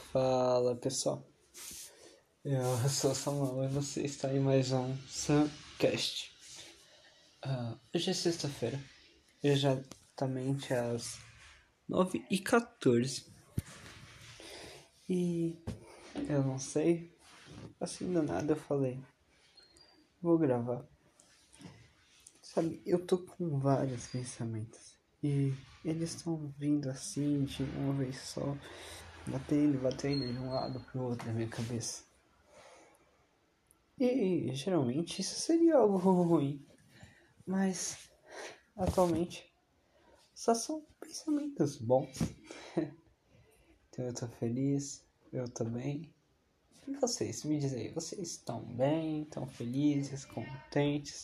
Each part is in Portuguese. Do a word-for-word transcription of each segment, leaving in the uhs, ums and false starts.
Fala pessoal, eu sou Samuel e você está em mais um Samcast. Uh, hoje é sexta-feira, exatamente às nove e quatorze. E eu não sei, assim do nada eu falei, vou gravar. Sabe, eu tô com vários pensamentos e eles estão vindo assim de uma vez só, batendo, batendo de um lado pro outro na minha cabeça. E geralmente isso seria algo ruim, mas atualmente só são pensamentos bons. Então eu tô feliz, eu tô bem. E vocês, me dizem aí, vocês estão bem, estão felizes, contentes?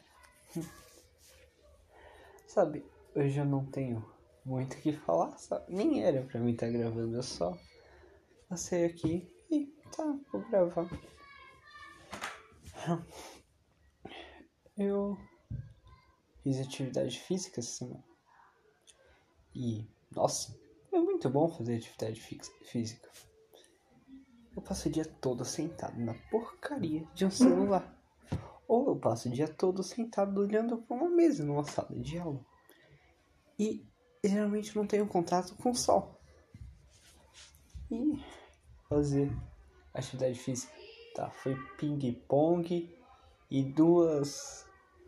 Sabe, hoje eu não tenho muito o que falar, sabe? Nem era pra mim estar gravando, eu só passei aqui e tá, vou gravar. Eu fiz atividade física essa semana. E, nossa, é muito bom fazer atividade física. Eu passo o dia todo sentado na porcaria de um celular. Ou eu passo o dia todo sentado olhando para uma mesa numa sala de aula. E geralmente não tenho contato com o sol. E fazer atividade física. Tá, foi ping-pong e duas...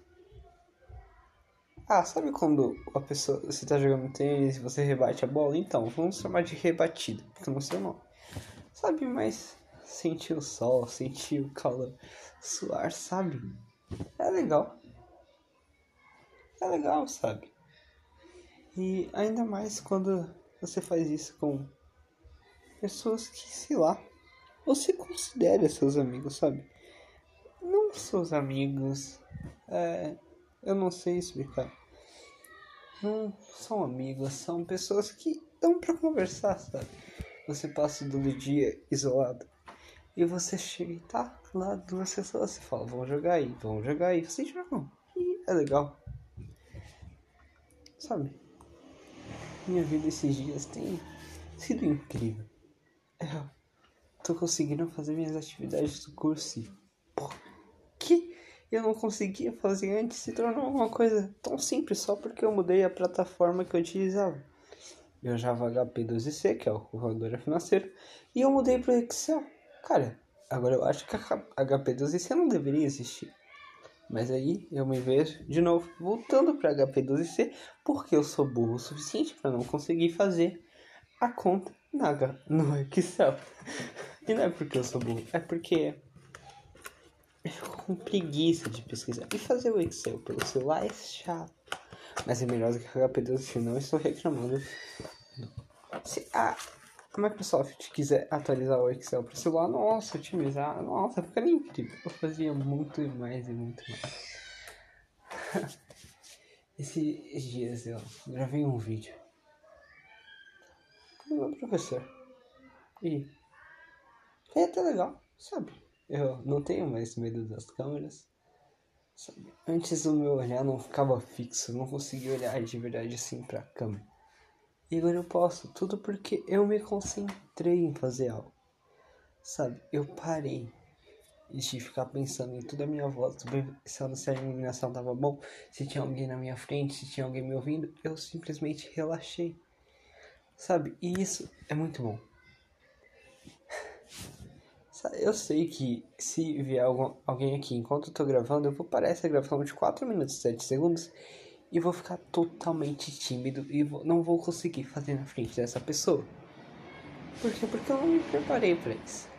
Ah, sabe quando a pessoa, você tá jogando tênis e você rebate a bola? Então, vamos chamar de rebatida, porque eu não sei o nome. Sabe, mas sentir o sol, sentir o calor, suar, sabe? É legal. É legal, sabe? E ainda mais quando você faz isso com pessoas que, sei lá, você considera seus amigos, sabe? Não seus amigos, é... eu não sei explicar. Não são amigos, são pessoas que dão pra conversar, sabe? Você passa do dia isolado e você chega e tá lá duas pessoas, você fala, vamos jogar aí, vamos jogar aí, vocês jogam e é legal, sabe? Minha vida esses dias tem sido incrível. Eu tô conseguindo fazer minhas atividades do curso e, pô, que eu não conseguia fazer antes se tornou uma coisa tão simples só porque eu mudei a plataforma que eu utilizava. Eu usava H P doze C, que é o calculadora financeira, e eu mudei pro Excel. Cara, agora eu acho que a H P doze C não deveria existir. Mas aí eu me vejo de novo voltando para H P doze C porque eu sou burro o suficiente para não conseguir fazer a conta na, no Excel. E não é porque eu sou burro, é porque eu fico com preguiça de pesquisar. E fazer o Excel pelo celular é chato. Mas é melhor do que a H P doze C, não estou reclamando. Se a Microsoft quiser atualizar o Excel para o celular, nossa, otimizar, nossa, ficaria incrível. Eu fazia muito mais e muito mais. Esses dias eu gravei um vídeo com o meu professor. E é até legal, sabe? Eu não tenho mais medo das câmeras. Sabe? Antes o meu olhar não ficava fixo, eu não conseguia olhar de verdade assim pra câmera. E agora eu posso, tudo porque eu me concentrei em fazer algo. Sabe, eu parei de ficar pensando em toda a minha volta, se a iluminação tava bom, se tinha alguém na minha frente, se tinha alguém me ouvindo. Eu simplesmente relaxei. Sabe, e isso é muito bom. Eu sei que se vier algum, alguém aqui enquanto eu tô gravando, eu vou parar essa gravação de quatro minutos e sete segundos e vou ficar totalmente tímido e vou, não vou conseguir fazer na frente dessa pessoa. Por quê? Porque eu não me preparei para isso.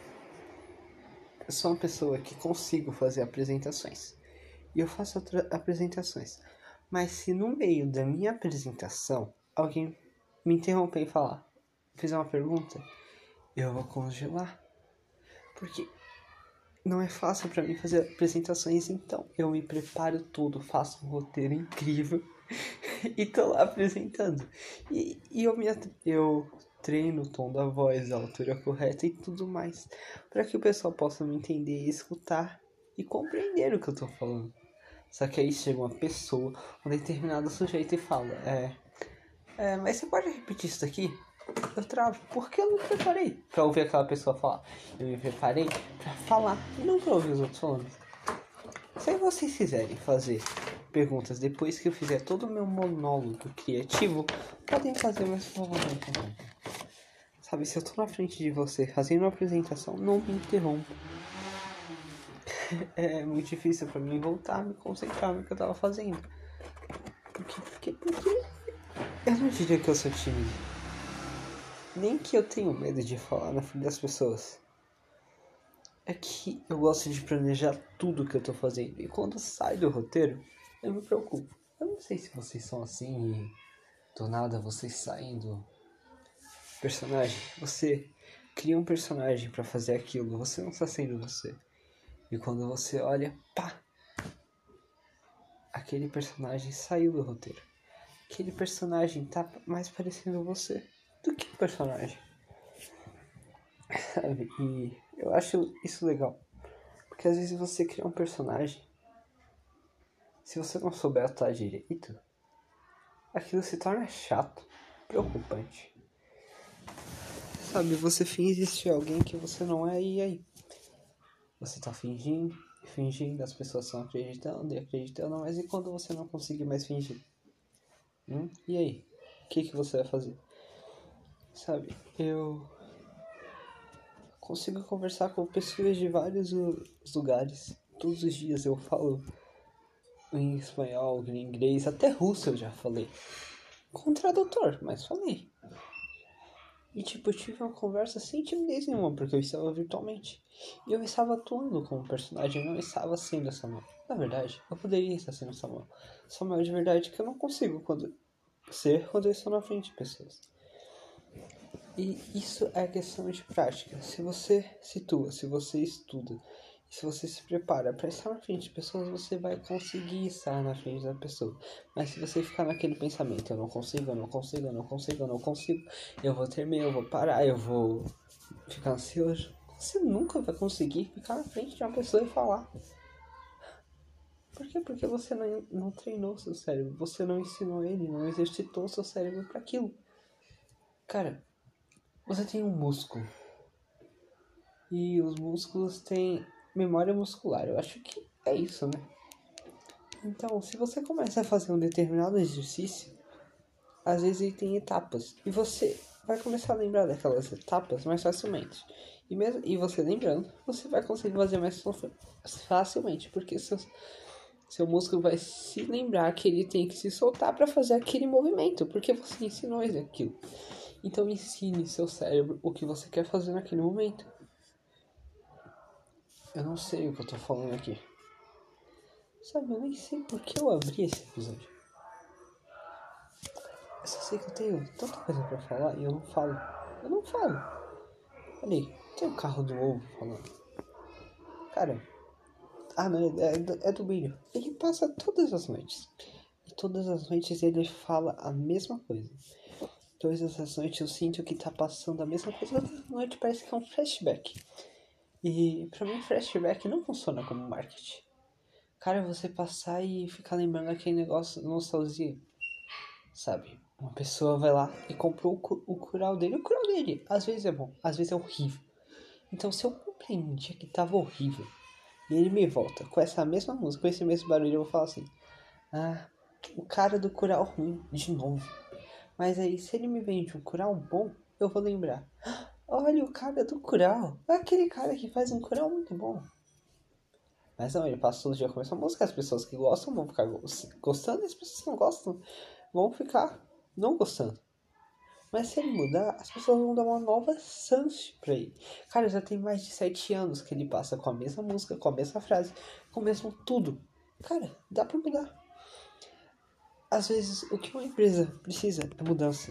Eu sou uma pessoa que consigo fazer apresentações e eu faço outras apresentações. Mas se no meio da minha apresentação alguém me interromper e falar, fizer uma pergunta, eu vou congelar. Porque não é fácil pra mim fazer apresentações, então eu me preparo tudo, faço um roteiro incrível e tô lá apresentando. E, e eu, me, eu treino o tom da voz, a altura correta e tudo mais, para que o pessoal possa me entender, escutar e compreender o que eu tô falando. Só que aí chega uma pessoa, um determinado sujeito e fala, é, é mas você pode repetir isso daqui? eu travo, porque eu me preparei pra ouvir aquela pessoa falar. Eu me preparei pra falar e não pra ouvir os outros falando. Se vocês quiserem fazer perguntas depois que eu fizer todo o meu monólogo criativo, podem fazer, mas por favor não interrompam. Sabe, se eu tô na frente de você fazendo uma apresentação, não me interrompa. É muito difícil pra mim voltar a me concentrar no que eu tava fazendo. Porque, porque, porque eu não diria que eu sou tímido. Nem que eu tenho medo de falar na frente das pessoas. É que eu gosto de planejar tudo que eu tô fazendo. E quando sai do roteiro, eu me preocupo. Eu não sei se vocês são assim e do nada vocês saem do personagem. Você cria um personagem pra fazer aquilo. Você não está sendo você. E quando você olha, pá! Aquele personagem saiu do roteiro. Aquele personagem tá mais parecendo você do que o personagem. Sabe? E eu acho isso legal. Porque às vezes você cria um personagem. Se você não souber atuar direito, aquilo se torna chato, preocupante. Sabe, você finge ser alguém que você não é e aí? Você tá fingindo, fingindo, as pessoas estão acreditando e acreditando, mas e quando você não conseguir mais fingir? Hum? E aí? O que, que você vai fazer? Sabe, eu consigo conversar com pessoas de vários lugares. Todos os dias eu falo em espanhol, em inglês, até russo eu já falei. Com tradutor, mas falei. E tipo, eu tive uma conversa sem timidez nenhuma, porque eu estava virtualmente. E eu estava atuando como personagem, eu não estava sendo Samuel. Na verdade, eu poderia estar sendo Samuel. Samuel de verdade que eu não consigo quando... ser quando eu estou na frente de pessoas. E isso é questão de prática. Se você situa, se você estuda, se você se prepara para estar na frente de pessoas, você vai conseguir estar na frente da pessoa. Mas se você ficar naquele pensamento, eu não consigo, eu não consigo, eu não consigo, eu não consigo, eu vou terminar, eu vou parar, eu vou ficar ansioso, você nunca vai conseguir ficar na frente de uma pessoa e falar. Por quê? Porque você não, não treinou seu cérebro, você não ensinou ele, não exercitou seu cérebro para aquilo. Cara, você tem um músculo. E os músculos têm memória muscular. Eu acho que é isso, né? Então, se você começa a fazer um determinado exercício, às vezes ele tem etapas. E você vai começar a lembrar daquelas etapas mais facilmente. E, mesmo, e você lembrando, você vai conseguir fazer mais facilmente. Porque seu, seu músculo vai se lembrar que ele tem que se soltar para fazer aquele movimento. Porque você ensinou ele aquilo. Então ensine seu cérebro o que você quer fazer naquele momento. Eu não sei o que eu tô falando aqui. Sabe, eu nem sei por que eu abri esse episódio. Eu só sei que eu tenho tanta coisa pra falar e eu não falo. Eu não falo. Olha aí, tem o carro do ovo falando. Cara, ah não, é, é, do, é do Bilho. Ele passa todas as noites. E todas as noites ele fala a mesma coisa. Todas as noites eu sinto que tá passando a mesma coisa. Toda noite parece que é um flashback. E pra mim flashback não funciona como marketing. Cara, você passar e ficar lembrando aquele negócio de nostalgia, sabe? Uma pessoa vai lá e comprou o, cu- o curau dele. O curau dele, às vezes é bom, às vezes é horrível. Então, se eu comprei um dia que tava horrível e ele me volta com essa mesma música, com esse mesmo barulho, eu vou falar assim: ah, o cara do curau ruim, de novo. Mas aí, se ele me vende um curau bom, eu vou lembrar: "Ah, olha o cara do curau, é aquele cara que faz um curau muito bom." Mas não, ele passa todo dia com essa música, as pessoas que gostam vão ficar gostando e as pessoas que não gostam vão ficar não gostando. Mas se ele mudar, as pessoas vão dar uma nova chance pra ele. Cara, já tem mais de sete anos que ele passa com a mesma música, com a mesma frase, com o mesmo tudo. Cara, dá pra mudar. Às vezes, o que uma empresa precisa é mudança.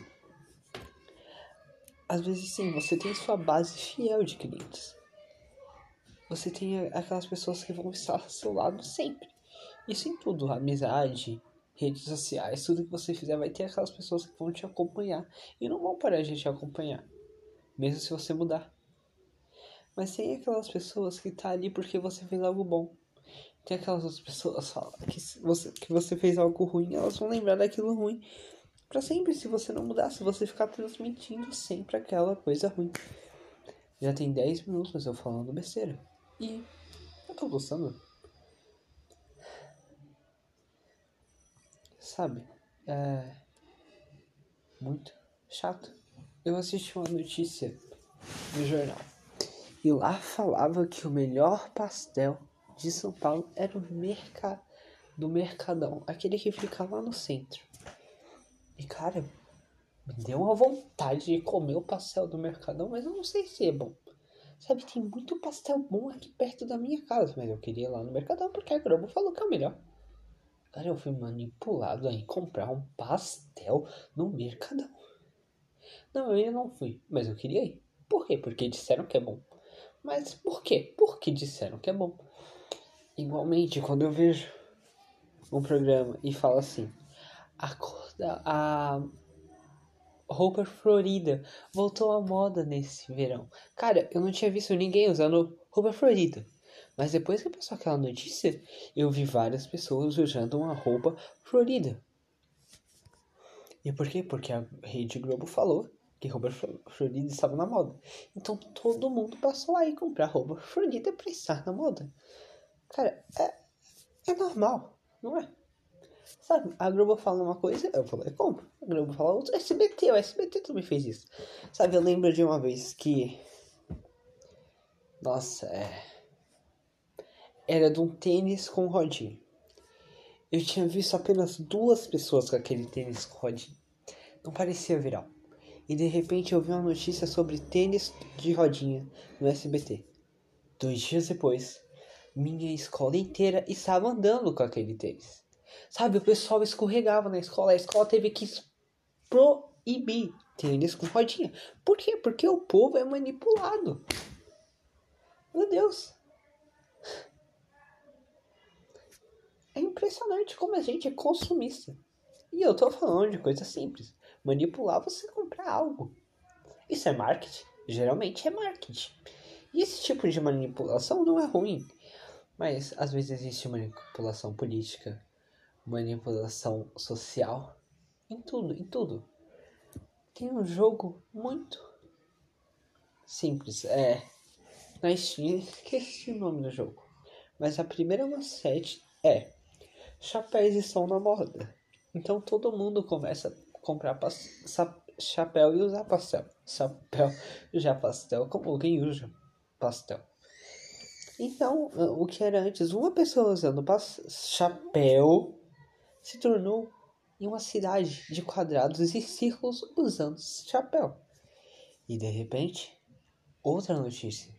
Às vezes sim, você tem sua base fiel de clientes. Você tem aquelas pessoas que vão estar ao seu lado sempre. Isso em tudo, amizade, redes sociais, tudo que você fizer vai ter aquelas pessoas que vão te acompanhar e não vão parar de te acompanhar, mesmo se você mudar. Mas tem aquelas pessoas que tá ali porque você fez algo bom. Tem aquelas outras pessoas que você, que você fez algo ruim, elas vão lembrar daquilo ruim Pra sempre, se você não mudar, se você ficar transmitindo sempre aquela coisa ruim. Já tem dez minutos eu falando besteira. E eu tô gostando. Sabe? É muito chato. Eu assisti uma notícia no jornal. E lá falava que o melhor pastel de São Paulo era o merca... do Mercadão. Aquele que fica lá no centro. E cara, me deu uma vontade de comer o pastel do Mercadão, mas eu não sei se é bom. Sabe, tem muito pastel bom aqui perto da minha casa, mas eu queria ir lá no Mercadão porque a Globo falou que é o melhor. Cara, eu fui manipulado a ir comprar um pastel no Mercadão. Não, eu ainda não fui, mas eu queria ir. Por quê? Porque disseram que é bom. Mas por quê? Porque disseram que é bom. Igualmente, quando eu vejo um programa e fala assim, a, cor da, a roupa florida voltou à moda nesse verão. Cara, eu não tinha visto ninguém usando roupa florida. Mas depois que passou aquela notícia, eu vi várias pessoas usando uma roupa florida. E por quê? Porque a Rede Globo falou que roupa florida estava na moda. Então todo mundo passou a ir comprar roupa florida para estar na moda. Cara, é, é normal, não é? Sabe, a Globo fala uma coisa, eu vou lá e compro. A Globo fala outra, S B T, o S B T também fez isso. Sabe, eu lembro de uma vez que... Nossa, é... Era de um tênis com rodinha. Eu tinha visto apenas duas pessoas com aquele tênis com rodinha. Não parecia viral. E de repente eu vi uma notícia sobre tênis de rodinha no S B T. Dois dias depois, minha escola inteira estava andando com aquele tênis. Sabe, o pessoal escorregava na escola. A escola teve que proibir tênis com rodinha. Por quê? Porque o povo é manipulado. Meu Deus. É impressionante como a gente é consumista. E eu tô falando de coisa simples. Manipular você comprar algo. Isso é marketing? Geralmente é marketing. E esse tipo de manipulação não é ruim. Mas às vezes existe manipulação política, manipulação social. Em tudo, em tudo. Tem um jogo muito simples. É. Na Steam, esqueci o nome do jogo. Mas a primeira manchete é: chapéus estão na moda. Então todo mundo começa a comprar pas- sa- chapéu e usar pastel. Chapéu e usar pastel como alguém usa pastel. Então, o que era antes uma pessoa usando pas- chapéu se tornou em uma cidade de quadrados e círculos usando chapéu. E de repente, outra notícia: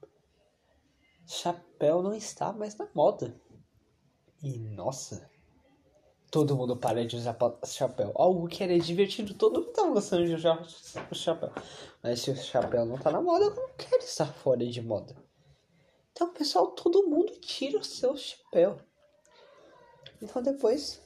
chapéu não está mais na moda. E nossa, todo mundo para de usar chapéu. Algo que era divertido, todo mundo estava gostando de usar o chapéu. Mas se o chapéu não está na moda, eu não quero estar fora de moda. Então, pessoal, todo mundo tira o seu chapéu. Então depois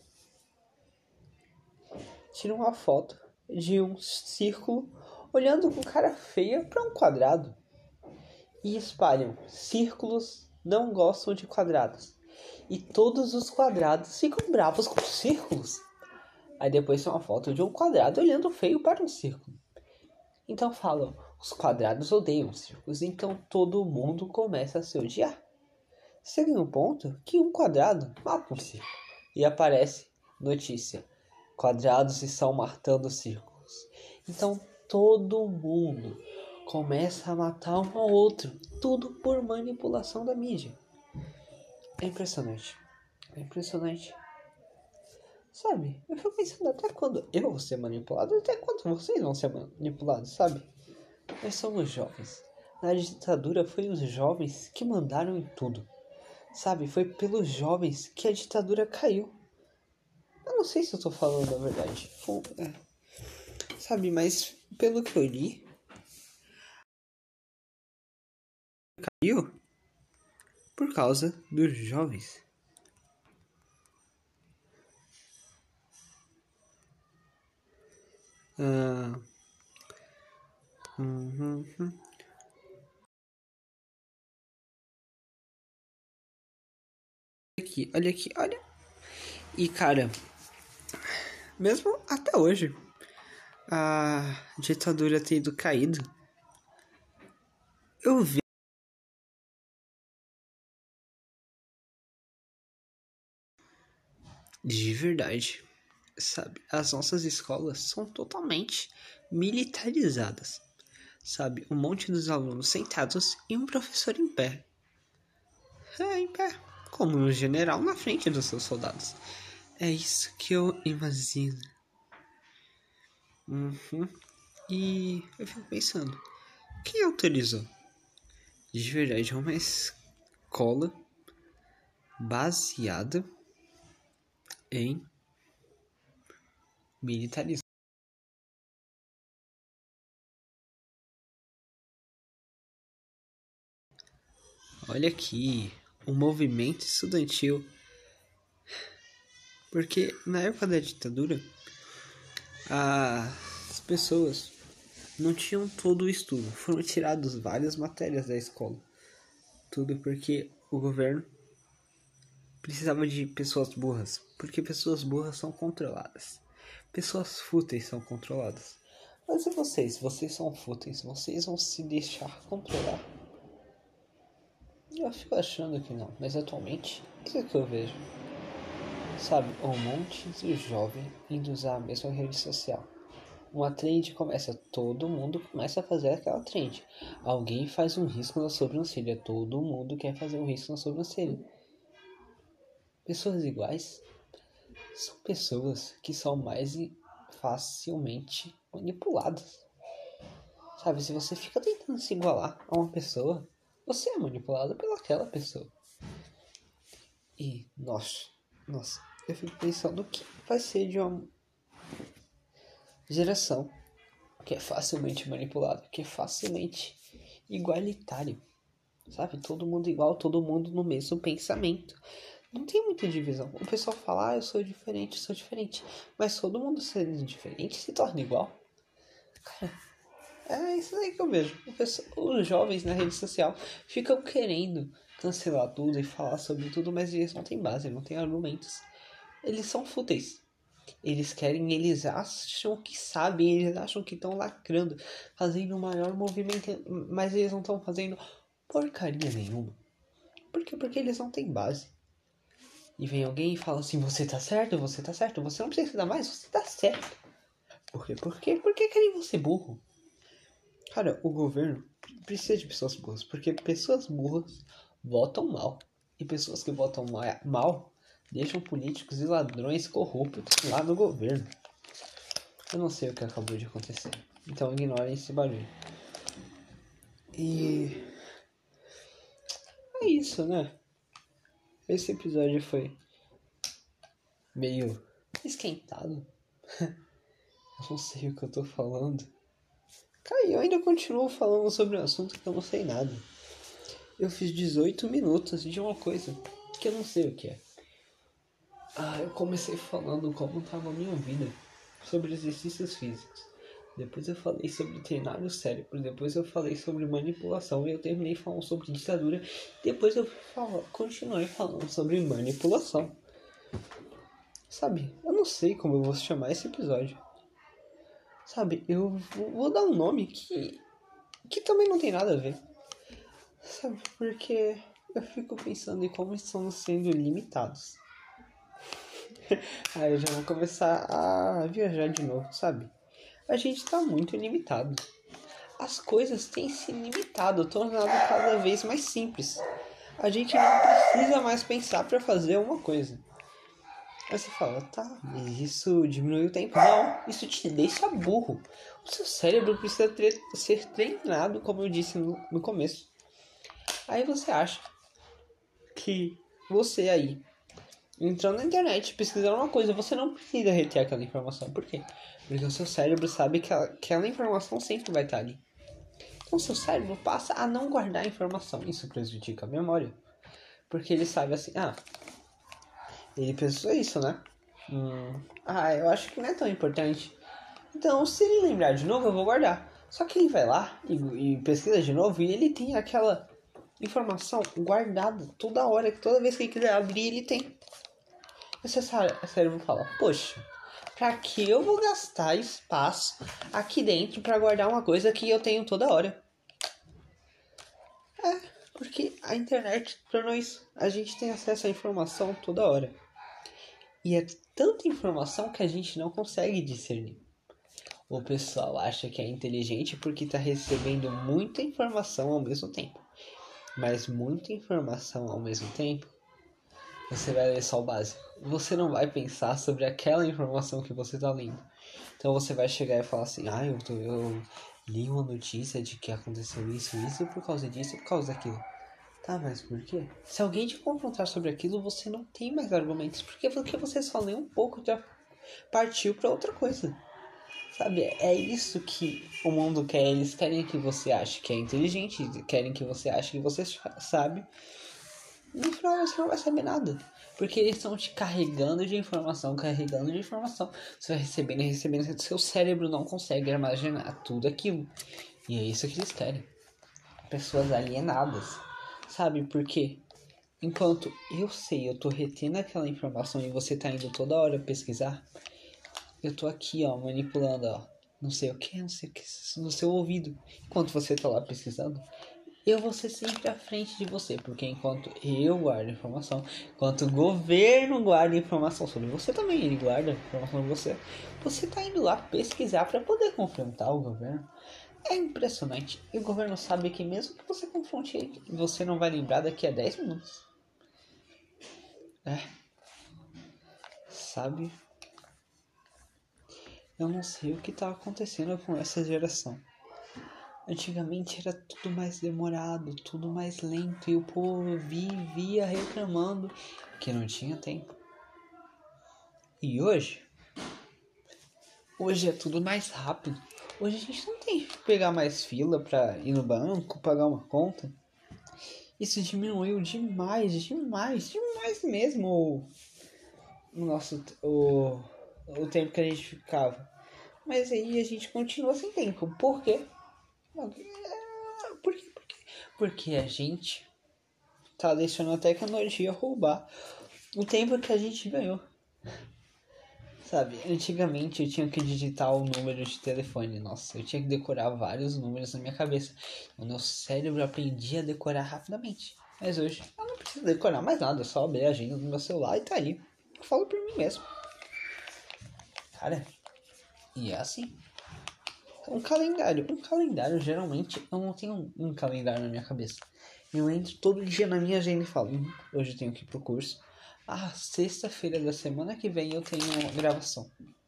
tira uma foto de um círculo olhando com cara feia para um quadrado. E espalham: círculos não gostam de quadrados. E todos os quadrados ficam bravos com círculos. Aí depois tem uma foto de um quadrado olhando feio para um círculo. Então falam: os quadrados odeiam círculos. Então todo mundo começa a se odiar. Chega em um ponto que um quadrado mata um círculo. E aparece notícia: quadrados estão matando círculos. Então todo mundo começa a matar um ao outro. Tudo por manipulação da mídia. É impressionante. É impressionante. Sabe, eu fico pensando até quando eu vou ser manipulado, até quando vocês vão ser manipulados, sabe? Nós somos jovens. Na ditadura foi os jovens que mandaram em tudo. Sabe, foi pelos jovens que a ditadura caiu. Eu não sei se eu tô falando a verdade. Foi, é, sabe, mas pelo que eu li, caiu por causa dos jovens. Ah, hum, hum, hum. Aqui, olha aqui, olha. E cara, Mesmo até hoje, a ditadura tendo caído, eu vi de verdade, sabe? As nossas escolas são totalmente militarizadas, sabe? Um monte dos alunos sentados e um professor em pé. É, em pé, como um general na frente dos seus soldados. É isso que eu imagino. Uhum. E eu fico pensando, quem autorizou? De verdade, é uma escola baseada em militarismo. Olha aqui, o movimento estudantil. Porque na época da ditadura, as pessoas não tinham todo o estudo. Foram tiradas várias matérias da escola. Tudo porque o governo precisava de pessoas burras. Porque pessoas burras são controladas. Pessoas fúteis são controladas. Mas e vocês? Vocês são fúteis. Vocês vão se deixar controlar? Eu fico achando que não. Mas atualmente, isso é que eu vejo. Sabe, um monte de jovem indo usar a mesma rede social. Uma trend começa, todo mundo começa a fazer aquela trend. Alguém faz um risco na sobrancelha, todo mundo quer fazer um risco na sobrancelha. Pessoas iguais são pessoas que são mais facilmente manipuladas. Sabe, se você fica tentando se igualar a uma pessoa, você é manipulado pelaquela pessoa. E, nossa, nossa, eu fico pensando o que vai ser de uma geração que é facilmente manipulado, que é facilmente igualitário, sabe? Todo mundo igual, todo mundo no mesmo pensamento. Não tem muita divisão. O pessoal fala, ah, eu sou diferente, eu sou diferente. Mas todo mundo sendo diferente se torna igual. Cara, é isso aí que eu vejo. O pessoal, os jovens na rede social ficam querendo cancelar tudo e falar sobre tudo, mas eles não têm base, não têm argumentos. Eles são fúteis. Eles querem, eles acham que sabem, eles acham que estão lacrando, fazendo o maior movimento, mas eles não estão fazendo porcaria nenhuma. Por quê? Porque eles não têm base. E vem alguém e fala assim, você tá certo, você tá certo, você não precisa dar mais, você tá certo. Por quê? Por quê? Por que querem você burro? Cara, o governo precisa de pessoas burras, porque pessoas burras votam mal. E pessoas que votam mal deixam políticos e ladrões corruptos lá no governo. Eu não sei o que acabou de acontecer. Então ignorem esse barulho. E... é isso, né? Esse episódio foi meio esquentado. Eu não sei o que eu tô falando. Cara, eu ainda continuo falando sobre um assunto que eu não sei nada. Eu fiz dezoito minutos de uma coisa que eu não sei o que é. Ah, eu comecei falando como estava a minha vida, sobre exercícios físicos. Depois eu falei sobre treinar o cérebro. Depois eu falei sobre manipulação. E eu terminei falando sobre ditadura. Depois eu falo, continuei falando sobre manipulação. Sabe, eu não sei como eu vou chamar esse episódio. Sabe, eu vou, vou dar um nome que, que também não tem nada a ver. Sabe, porque eu fico pensando em como estamos sendo limitados. Aí eu já vou começar a viajar de novo, sabe? A gente tá muito limitado. As coisas têm se limitado, tornado cada vez mais simples. A gente não precisa mais pensar para fazer uma coisa. Aí você fala, tá, mas isso diminui o tempo. Não, isso te deixa burro. O seu cérebro precisa tre- ser treinado, como eu disse no, no começo. Aí você acha que você aí, entrando na internet, pesquisando uma coisa, você não precisa reter aquela informação. Por quê? Porque o seu cérebro sabe que aquela, aquela informação sempre vai estar ali. Então o seu cérebro passa a não guardar a informação. Isso prejudica a memória. Porque ele sabe assim, ah, ele pensou isso, né? Hum, ah, eu acho que não é tão importante. Então, se ele lembrar de novo, eu vou guardar. Só que ele vai lá e, e pesquisa de novo e ele tem aquela informação guardada toda hora, que toda vez que ele quiser abrir, ele tem. E seu cérebro fala, poxa, Pra que eu vou gastar espaço aqui dentro pra guardar uma coisa que eu tenho toda hora? É, porque a internet tornou isso. A gente tem acesso à informação toda hora. E é tanta informação que a gente não consegue discernir. O pessoal acha que é inteligente porque está recebendo muita informação ao mesmo tempo. Mas muita informação ao mesmo tempo, você vai ler só o básico. Você não vai pensar sobre aquela informação que você está lendo. Então você vai chegar e falar assim, ah, eu, tô, eu li uma notícia de que aconteceu isso, isso, por causa disso, por causa daquilo. Tá, mas por quê? Se alguém te confrontar sobre aquilo, você não tem mais argumentos. Por quê? Porque você só leu um pouco, já partiu para outra coisa. Sabe, é isso que o mundo quer. Eles querem que você ache que é inteligente, querem que você ache que você sabe. No final você não vai saber nada. Porque eles estão te carregando de informação, carregando de informação. Você vai recebendo e recebendo. Seu cérebro não consegue armazenar tudo aquilo. E é isso que eles querem. Pessoas alienadas. Sabe por quê? Enquanto eu sei, eu tô retendo aquela informação e você tá indo toda hora pesquisar, eu tô aqui, ó, manipulando, ó, não sei o que, não sei o que, no seu ouvido. Enquanto você tá lá pesquisando, eu vou ser sempre à frente de você, porque enquanto eu guardo informação, enquanto o governo guarda informação sobre você também, ele guarda informação sobre você, você tá indo lá pesquisar para poder confrontar o governo. É impressionante. E o governo sabe que mesmo que você confronte ele, você não vai lembrar daqui a dez minutos. É. Sabe? Eu não sei o que tá acontecendo com essa geração. Antigamente era tudo mais demorado, tudo mais lento. E o povo vivia reclamando que não tinha tempo. E hoje? Hoje é tudo mais rápido. Hoje a gente não tem que pegar mais fila pra ir no banco, pagar uma conta. Isso diminuiu demais, demais, demais mesmo o nosso o, o tempo que a gente ficava. Mas aí a gente continua sem tempo. Por quê? Por quê? Por quê? Porque a gente tá deixando a tecnologia roubar o tempo que a gente ganhou. Sabe, antigamente eu tinha que digitar o número de telefone. Nossa, eu tinha que decorar vários números na minha cabeça. O meu cérebro aprendia a decorar rapidamente. Mas hoje eu não preciso decorar mais nada, é só abrir a agenda do meu celular e tá aí. Eu falo por mim mesmo. Cara, e é assim. Um calendário. Um calendário, geralmente, eu não tenho um calendário na minha cabeça. Eu entro todo dia na minha agenda e falo, hum, hoje eu tenho que ir pro curso. Ah, sexta-feira da semana que vem eu tenho uma gravação.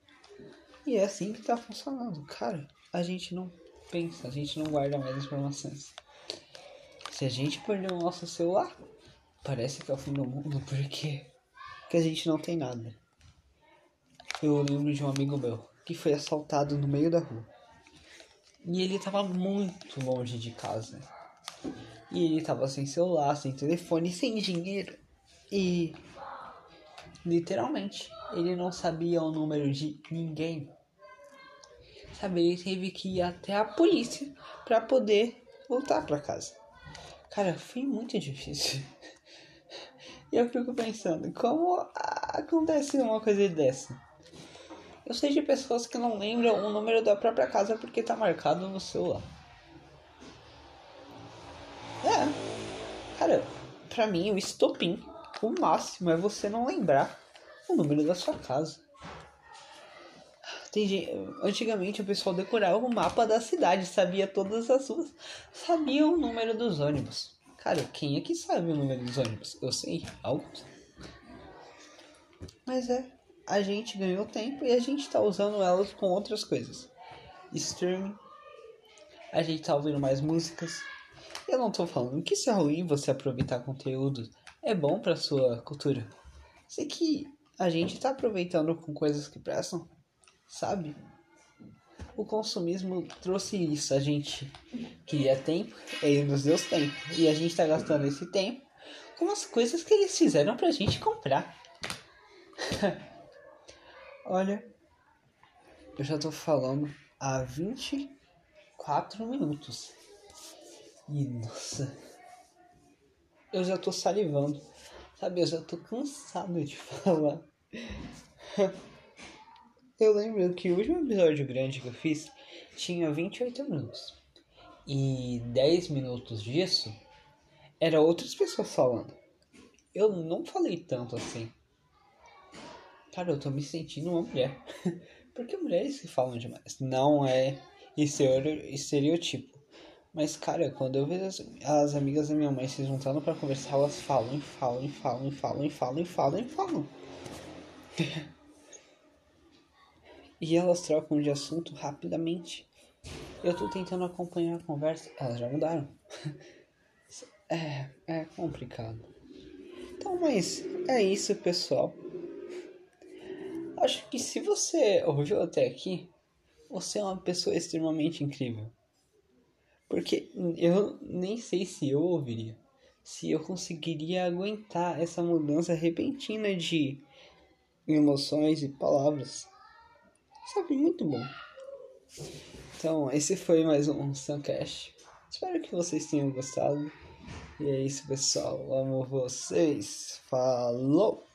E é assim que tá funcionando. Cara, a gente não pensa, a gente não guarda mais informações. Se a gente perder o nosso celular, parece que é o fim do mundo, porque, porque a gente não tem nada. Eu lembro de um amigo meu que foi assaltado no meio da rua. E ele tava muito longe de casa. E ele tava sem celular, sem telefone, sem dinheiro. E literalmente, ele não sabia o número de ninguém. Sabe, ele teve que ir até a polícia pra poder voltar pra casa. Cara, foi muito difícil. E eu fico pensando, como acontece uma coisa dessa? Eu sei de pessoas que não lembram o número da própria casa porque tá marcado no celular. É, cara, pra mim o estopim, o máximo é você não lembrar o número da sua casa. Tem gente, antigamente o pessoal decorava o mapa da cidade, sabia todas as ruas, sabia o número dos ônibus. Cara, quem é que sabe o número dos ônibus? Eu sei, alguns. Mas é, a gente ganhou tempo e a gente tá usando elas com outras coisas. Streaming, a gente tá ouvindo mais músicas. Eu não tô falando que isso é ruim você aproveitar conteúdo, é bom pra sua cultura. Sei que a gente tá aproveitando com coisas que prestam, sabe? O consumismo trouxe isso, a gente queria tempo, ele nos deu tempo, e a gente tá gastando esse tempo com as coisas que eles fizeram pra gente comprar. Olha, eu já tô falando há vinte e quatro minutos. E nossa, eu já tô salivando, sabe? Eu já tô cansado de falar. eu lembro que o último episódio grande que eu fiz tinha vinte e oito minutos. E dez minutos disso era outras pessoas falando. Eu não falei tanto assim. Cara, eu tô me sentindo uma mulher. Porque mulheres que falam demais. Não é estereotipo. Mas, cara, quando eu vejo as, as amigas da minha mãe se juntando pra conversar, elas falam e falam e falam e falam e falam e falam e falam. E elas trocam de assunto rapidamente. Eu tô tentando acompanhar a conversa. Elas já mudaram. É, é complicado. Então, mas é isso, pessoal. Acho que se você ouviu até aqui, você é uma pessoa extremamente incrível. Porque eu nem sei se eu ouviria. Se eu conseguiria aguentar essa mudança repentina de emoções e palavras. Sabe, muito bom. Então, esse foi mais um Suncast. Espero que vocês tenham gostado. E é isso, pessoal. Amo vocês. Falou!